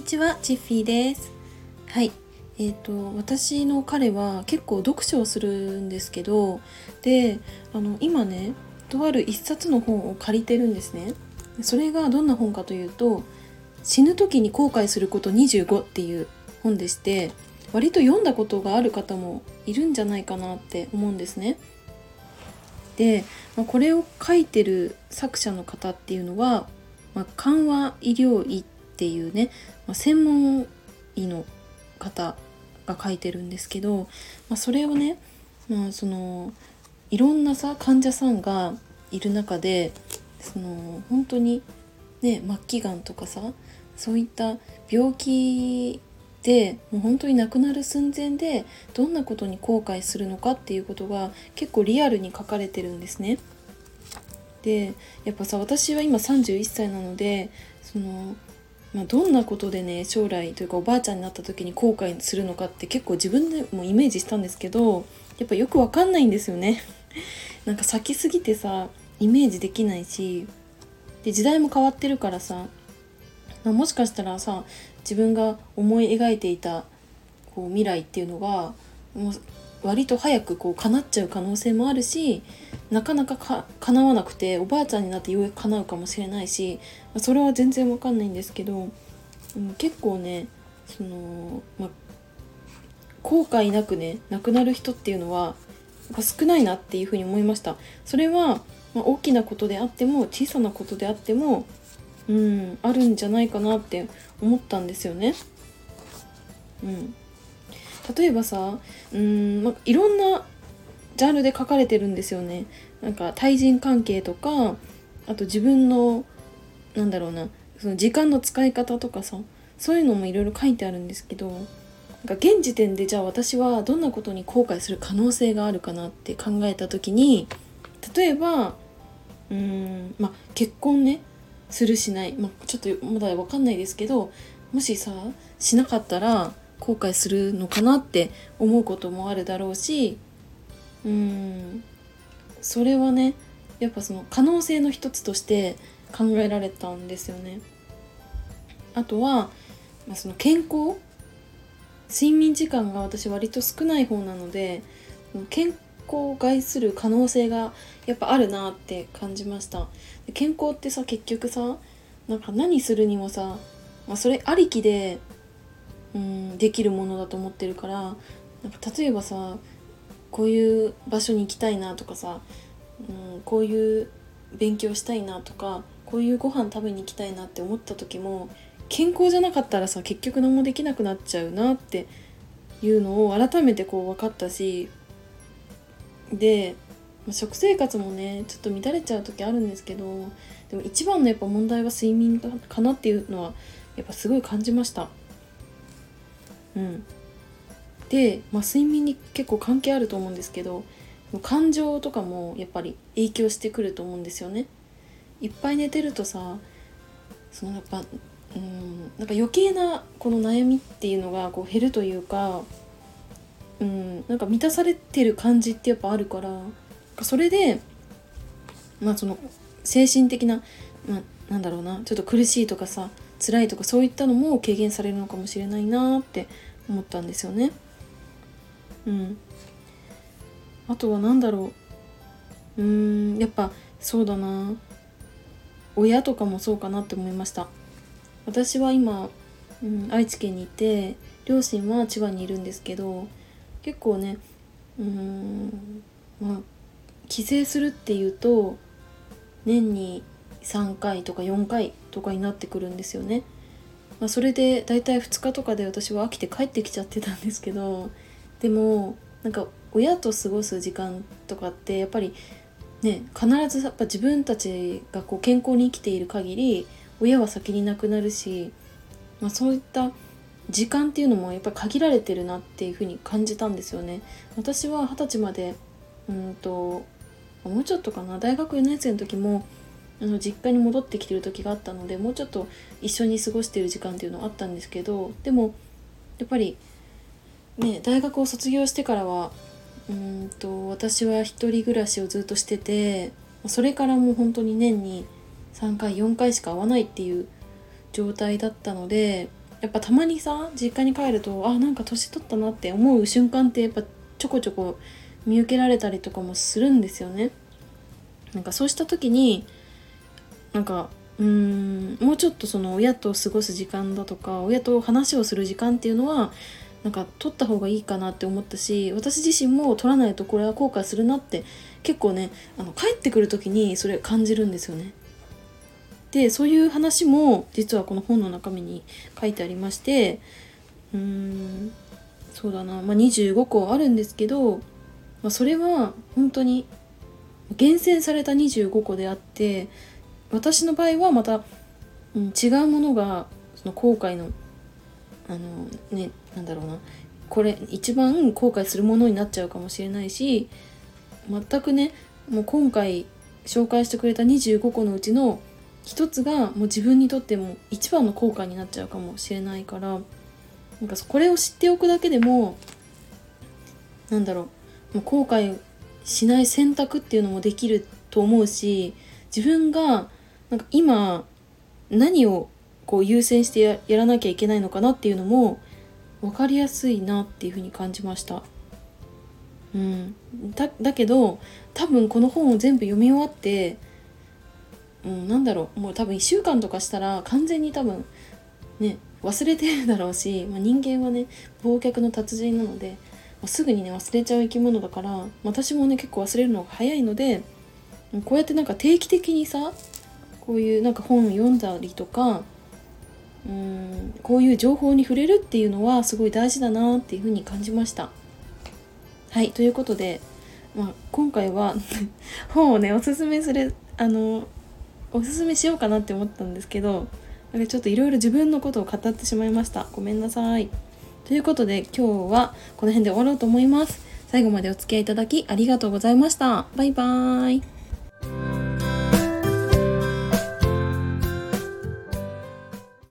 ちは、チッフィーです。はい。私の彼は結構読書をするんですけど、で、今ね、とある一冊の本を借りてるんですね。それがどんな本かというと、死ぬ時に後悔すること25っていう本でして、割と読んだことがある方もいるんじゃないかなって思うんですね。で、これを書いてる作者の方っていうのは、緩和医療医っていうね、専門医の方が書いてるんですけど、それをね、いろんな患者さんがいる中で、本当にね、末期がんとかそういった病気でもう本当に亡くなる寸前でどんなことに後悔するのかっていうことが結構リアルに書かれてるんですね。でやっぱ私は今31歳なのでどんなことでね将来というかおばあちゃんになった時に後悔するのかって結構自分でもイメージしたんですけど、やっぱよくわかんないんですよね。なんか先すぎてイメージできないし、で時代も変わってるからもしかしたら自分が思い描いていた未来っていうのがもう割と早く叶っちゃう可能性もあるし、なかなか叶わなくておばあちゃんになってようやく叶うかもしれないし、それは全然わかんないんですけど、結構ね後悔なくね亡くなる人っていうのはやっぱ少ないなっていうふうに思いました。それは、大きなことであっても小さなことであってもあるんじゃないかなって思ったんですよね。例えばいろんなジャンルで書かれてるんですよね。なんか対人関係とか、あと自分のその時間の使い方とかそういうのもいろいろ書いてあるんですけど、なんか現時点でじゃあ私はどんなことに後悔する可能性があるかなって考えた時に、例えば結婚ねするしない、ちょっとまだ分かんないですけど、もししなかったら後悔するのかなって思うこともあるだろうし、それはねやっぱその可能性の一つとして考えられたんですよね。あとは、その健康、睡眠時間が私割と少ない方なので、健康を害する可能性がやっぱあるなって感じました。で健康って結局なんか何するにもそれありきでできるものだと思ってるから、なんか例えばこういう場所に行きたいなとかこういう勉強したいなとか、こういうご飯食べに行きたいなって思った時も健康じゃなかったら結局何もできなくなっちゃうなっていうのを改めて分かったし、で食生活もねちょっと乱れちゃう時あるんですけど、でも一番のやっぱ問題は睡眠かなっていうのはやっぱすごい感じました。で、睡眠に結構関係あると思うんですけど、感情とかもやっぱり影響してくると思うんですよね。いっぱい寝てるとやっぱなんか余計なこの悩みっていうのが減るというか、なんか満たされてる感じってやっぱあるから、それでその精神的な、ちょっと苦しいとか辛いとかそういったのも軽減されるのかもしれないなって思ったんですよね。あとはやっぱそうだな、親とかもそうかなって思いました。私は今、愛知県にいて両親は千葉にいるんですけど、結構ね帰省するっていうと年に3回とか4回とかになってくるんですよね。それでだいたい2日とかで私は飽きて帰ってきちゃってたんですけど、でもなんか親と過ごす時間とかってやっぱりね、必ずやっぱ自分たちが健康に生きている限り親は先に亡くなるし、そういった時間っていうのもやっぱり限られてるなっていう風に感じたんですよね。私は20歳までもうちょっとかな、大学4年生の時も実家に戻ってきてる時があったので、もうちょっと一緒に過ごしてる時間っていうのはあったんですけど、でもやっぱりね、大学を卒業してからは私は一人暮らしをずっとしてて、それからもう本当に年に3回4回しか会わないっていう状態だったので、 やっぱたまにさ実家に帰るとなんか年取ったなって思う瞬間ってやっぱちょこちょこ見受けられたりとかもするんですよね。なんかそうした時になんかもうちょっとその親と過ごす時間だとか親と話をする時間っていうのはなんか取った方がいいかなって思ったし、私自身も取らないとこれは後悔するなって結構ね帰ってくる時にそれ感じるんですよね。でそういう話も実はこの本の中身に書いてありまして、そうだな、25個あるんですけど、それは本当に厳選された25個であって、私の場合はまた、違うものがその後悔のなんだろうな、これ一番後悔するものになっちゃうかもしれないし、全くねもう今回紹介してくれた25個のうちの一つがもう自分にとっても一番の後悔になっちゃうかもしれないから、なんかこれを知っておくだけでももう後悔しない選択っていうのもできると思うし、自分がなんか今何をこう優先してやらなきゃいけないのかなっていうのも分かりやすいなっていうふうに感じました。だけど多分この本を全部読み終わって、もう多分1週間とかしたら完全に多分ね忘れてるだろうし、人間はね忘却の達人なので、すぐにね忘れちゃう生き物だから、私もね結構忘れるのが早いので、こうやってなんか定期的にさこういうなんか本読んだりとかこういう情報に触れるっていうのはすごい大事だなっていうふうに感じました。はい、ということで、今回は本をねおすすめしようかなって思ったんですけど、なんかちょっといろいろ自分のことを語ってしまいました。ごめんなさい。ということで今日はこの辺で終わろうと思います。最後までお付き合いいただきありがとうございました。バイバーイ。